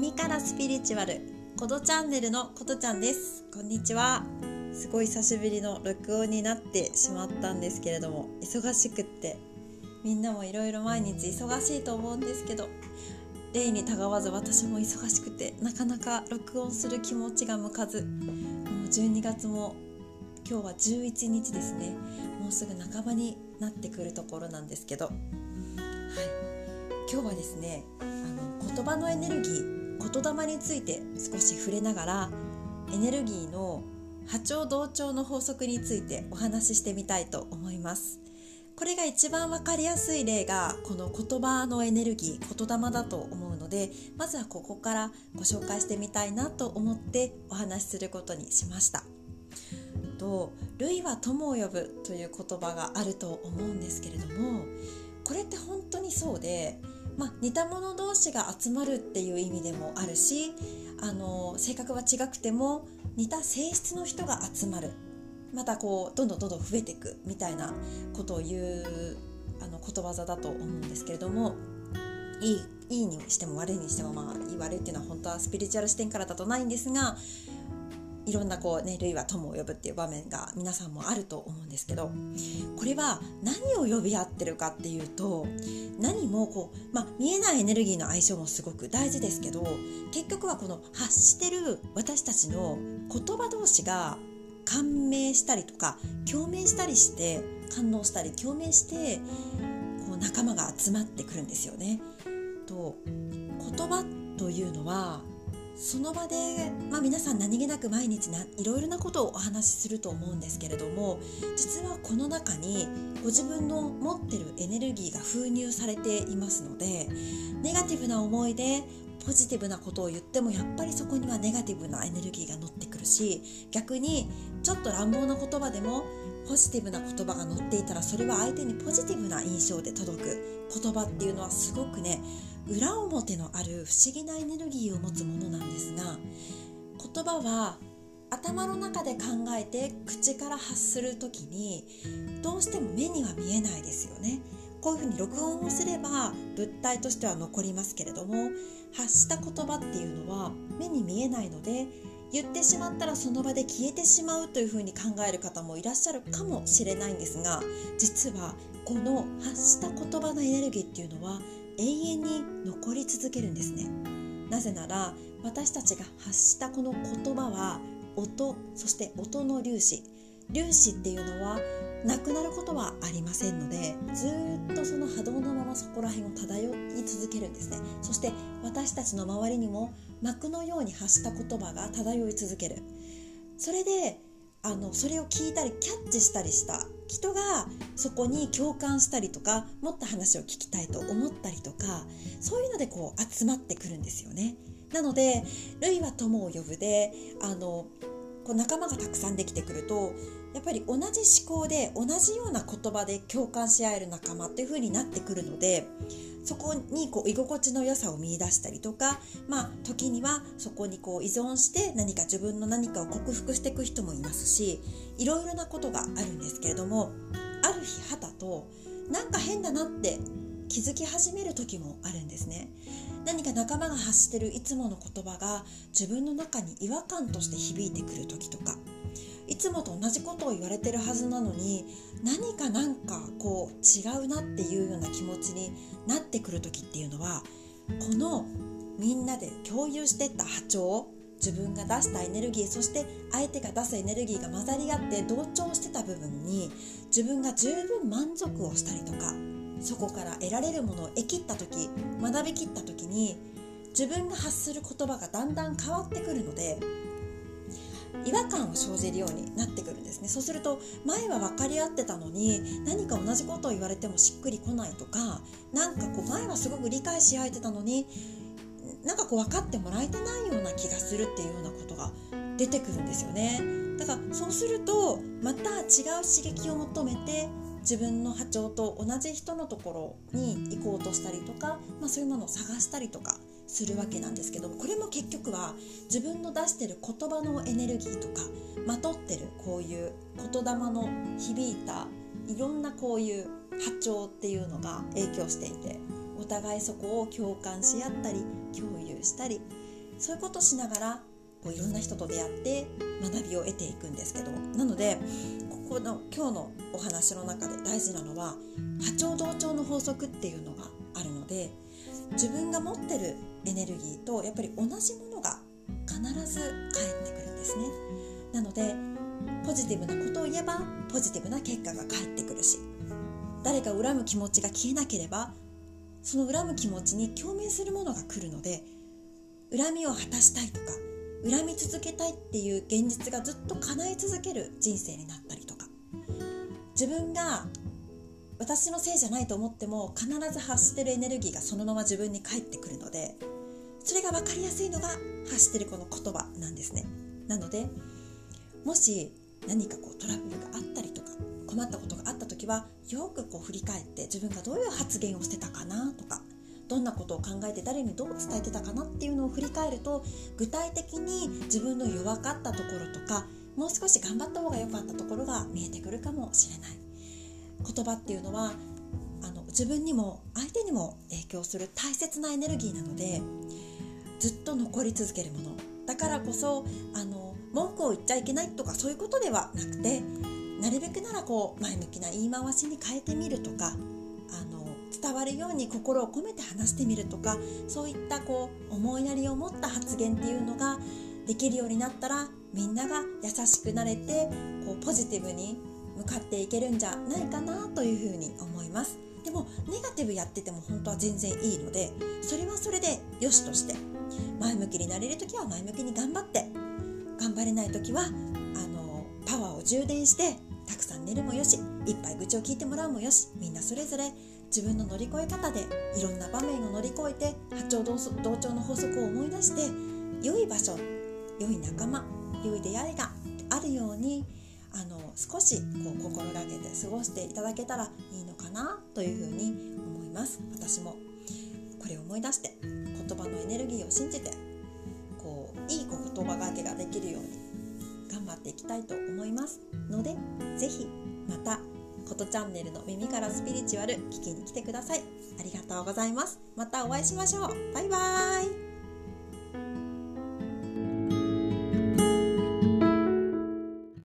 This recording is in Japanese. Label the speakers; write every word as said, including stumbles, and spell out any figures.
Speaker 1: 耳からスピリチュアルコドチャンネルのコトちゃんです。こんにちは。すごい久しぶりの録音になってしまったんですけれども、忙しくってみんなもいろいろ毎日忙しいと思うんですけど、例にたがわず私も忙しくてなかなか録音する気持ちが向かず、もうじゅうにがつも今日はじゅういちにちですね。もうすぐ半ばになってくるところなんですけど、はい、今日はですね、あの言葉のエネルギー、言霊について少し触れながら、エネルギーの波長同調の法則についてお話ししてみたいと思います。これが一番わかりやすい例がこの言葉のエネルギー、言霊だと思うので、まずはここからご紹介してみたいなと思ってお話しすることにしました。と類は友を呼ぶという言葉があると思うんですけれども、これって本当にそうで、まあ、似た者同士が集まるっていう意味でもあるし、あの性格は違くても似た性質の人が集まる、またこうどんどんどんどん増えていくみたいなことを言うあのことわざだと思うんですけれども、いい、いいにしても悪いにしても、まあいい悪いっていうのは本当はスピリチュアル視点からだとないんですが、いろんなこうね、類は友を呼ぶっていう場面が皆さんもあると思うんですけど、これは何を呼び合ってるかっていうと、何もこう、まあ、見えないエネルギーの相性もすごく大事ですけど、結局はこの発してる私たちの言葉同士が感銘したりとか共鳴したりして、感応したり共鳴してこう仲間が集まってくるんですよね。と言葉というのはその場で、まあ、皆さん何気なく毎日ないろいろなことをお話しすると思うんですけれども、実はこの中にご自分の持ってるエネルギーが封入されていますので、ネガティブな思いでポジティブなことを言ってもやっぱりそこにはネガティブなエネルギーが乗ってくるし、逆にちょっと乱暴な言葉でもポジティブな言葉が乗っていたら、それは相手にポジティブな印象で届く。言葉っていうのはすごくね、裏表のある不思議なエネルギーを持つものなんですが、言葉は頭の中で考えて口から発するときにどうしても目には見えないですよね。こういうふうに録音をすれば物体としては残りますけれども、発した言葉っていうのは目に見えないので、言ってしまったらその場で消えてしまうというふうに考える方もいらっしゃるかもしれないんですが、実はこの発した言葉のエネルギーっていうのは永遠に残り続けるんですね。なぜなら私たちが発したこの言葉は音、そして音の粒子、粒子っていうのはなくなることはありませんので、ずっとその波動のままそこら辺を漂い続けるんですね。そして私たちの周りにも膜のように発した言葉が漂い続ける。それであのそれを聞いたりキャッチしたりした人がそこに共感したりとか、もっと話を聞きたいと思ったりとか、そういうのでこう集まってくるんですよね。なので類は友を呼ぶで、あのこう仲間がたくさんできてくると、やっぱり同じ思考で同じような言葉で共感し合える仲間っていう風になってくるので、そこにこう居心地の良さを見出したりとか、まあ時にはそこにこう依存して何か自分の何かを克服していく人もいますし、いろいろなことがあるんですけれども、ある日はたとなんか変だなって気づき始める時もあるんですね。何か仲間が発してるいつもの言葉が自分の中に違和感として響いてくる時とか、いつもと同じことを言われてるはずなのに何かなんかこう違うなっていうような気持ちになってくる時っていうのは、このみんなで共有していった波長、自分が出したエネルギー、そして相手が出すエネルギーが混ざり合って同調してた部分に自分が十分満足をしたりとか、そこから得られるものを得切った時、学び切った時に自分が発する言葉がだんだん変わってくるので、違和感を生じるようになってくるんですね。そうすると前は分かり合ってたのに何か同じことを言われてもしっくりこないとか、なんかこう前はすごく理解し合えてたのになんかこう分かってもらえてないような気がするっていうようなことが出てくるんですよね。だからそうするとまた違う刺激を求めて自分の波長と同じ人のところに行こうとしたりとか、まあ、そういうものを探したりとかするわけなんですけど、これも結局は自分の出してる言葉のエネルギーとか、まとってるこういう言霊の響いたいろんなこういう波長っていうのが影響していて、お互いそこを共感し合ったり共有したり、 そういうことしながらこういろんな人と出会って学びを得ていくんですけど、なのでここの今日のお話の中で大事なのは波長同調の法則っていうのがあるので、自分が持ってるエネルギーとやっぱり同じものが必ず返ってくるんですね。なのでポジティブなことを言えばポジティブな結果が返ってくるし、誰かを恨む気持ちが消えなければその恨む気持ちに共鳴するものが来るので、恨みを果たしたいとか恨み続けたいっていう現実がずっと叶え続ける人生になったりとか、自分が私のせいじゃないと思っても必ず発してるエネルギーがそのまま自分に返ってくるので、それが分かりやすいのが発してるこの言葉なんですね。なのでもし何かこうトラブルがあったりとか困ったことがあった時は、よくこう振り返って自分がどういう発言をしてたかなとか、どんなことを考えて誰にどう伝えてたかなっていうのを振り返ると、具体的に自分の弱かったところとか、もう少し頑張った方が良かったところが見えてくるかもしれない。言葉っていうのはあの自分にも相手にも影響する大切なエネルギーなので、ずっと残り続けるものだからこそ、あの文句を言っちゃいけないとかそういうことではなくて、なるべくならこう前向きな言い回しに変えてみるとか、あの伝わるように心を込めて話してみるとか、そういったこう思いやりを持った発言っていうのができるようになったら、みんなが優しくなれてこうポジティブに向かっていけるんじゃないかなというふうに思います。でもネガティブやってても本当は全然いいので、それはそれでよしとして、前向きになれるときは前向きに頑張って、頑張れないときはあのパワーを充電してたくさん寝るもよし、いっぱい愚痴を聞いてもらうもよし、みんなそれぞれ自分の乗り越え方でいろんな場面を乗り越えて波長同調の法則を思い出して、良い場所、良い仲間、良い出会いがあるように、あの少しこう心がけて過ごしていただけたらいいのかなというふうに思います。私もこれを思い出して言葉のエネルギーを信じて、こういい言葉がけができるように頑張っていきたいと思いますので、ぜひまたことチャンネルの耳からスピリチュアル聞きに来てください。ありがとうございます。またお会いしましょう。バイバーイ。